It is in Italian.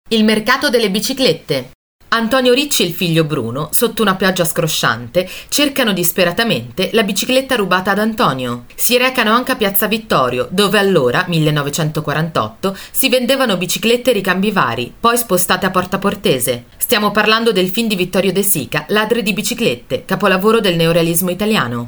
Il mercato delle biciclette. Antonio Ricci e il figlio Bruno, sotto una pioggia scrosciante, cercano disperatamente la bicicletta rubata ad Antonio. Si recano anche a Piazza Vittorio, dove allora, 1948, si vendevano biciclette e ricambi vari, poi spostate a Porta Portese. Stiamo parlando del film di Vittorio De Sica, Ladri di biciclette, capolavoro del neorealismo italiano.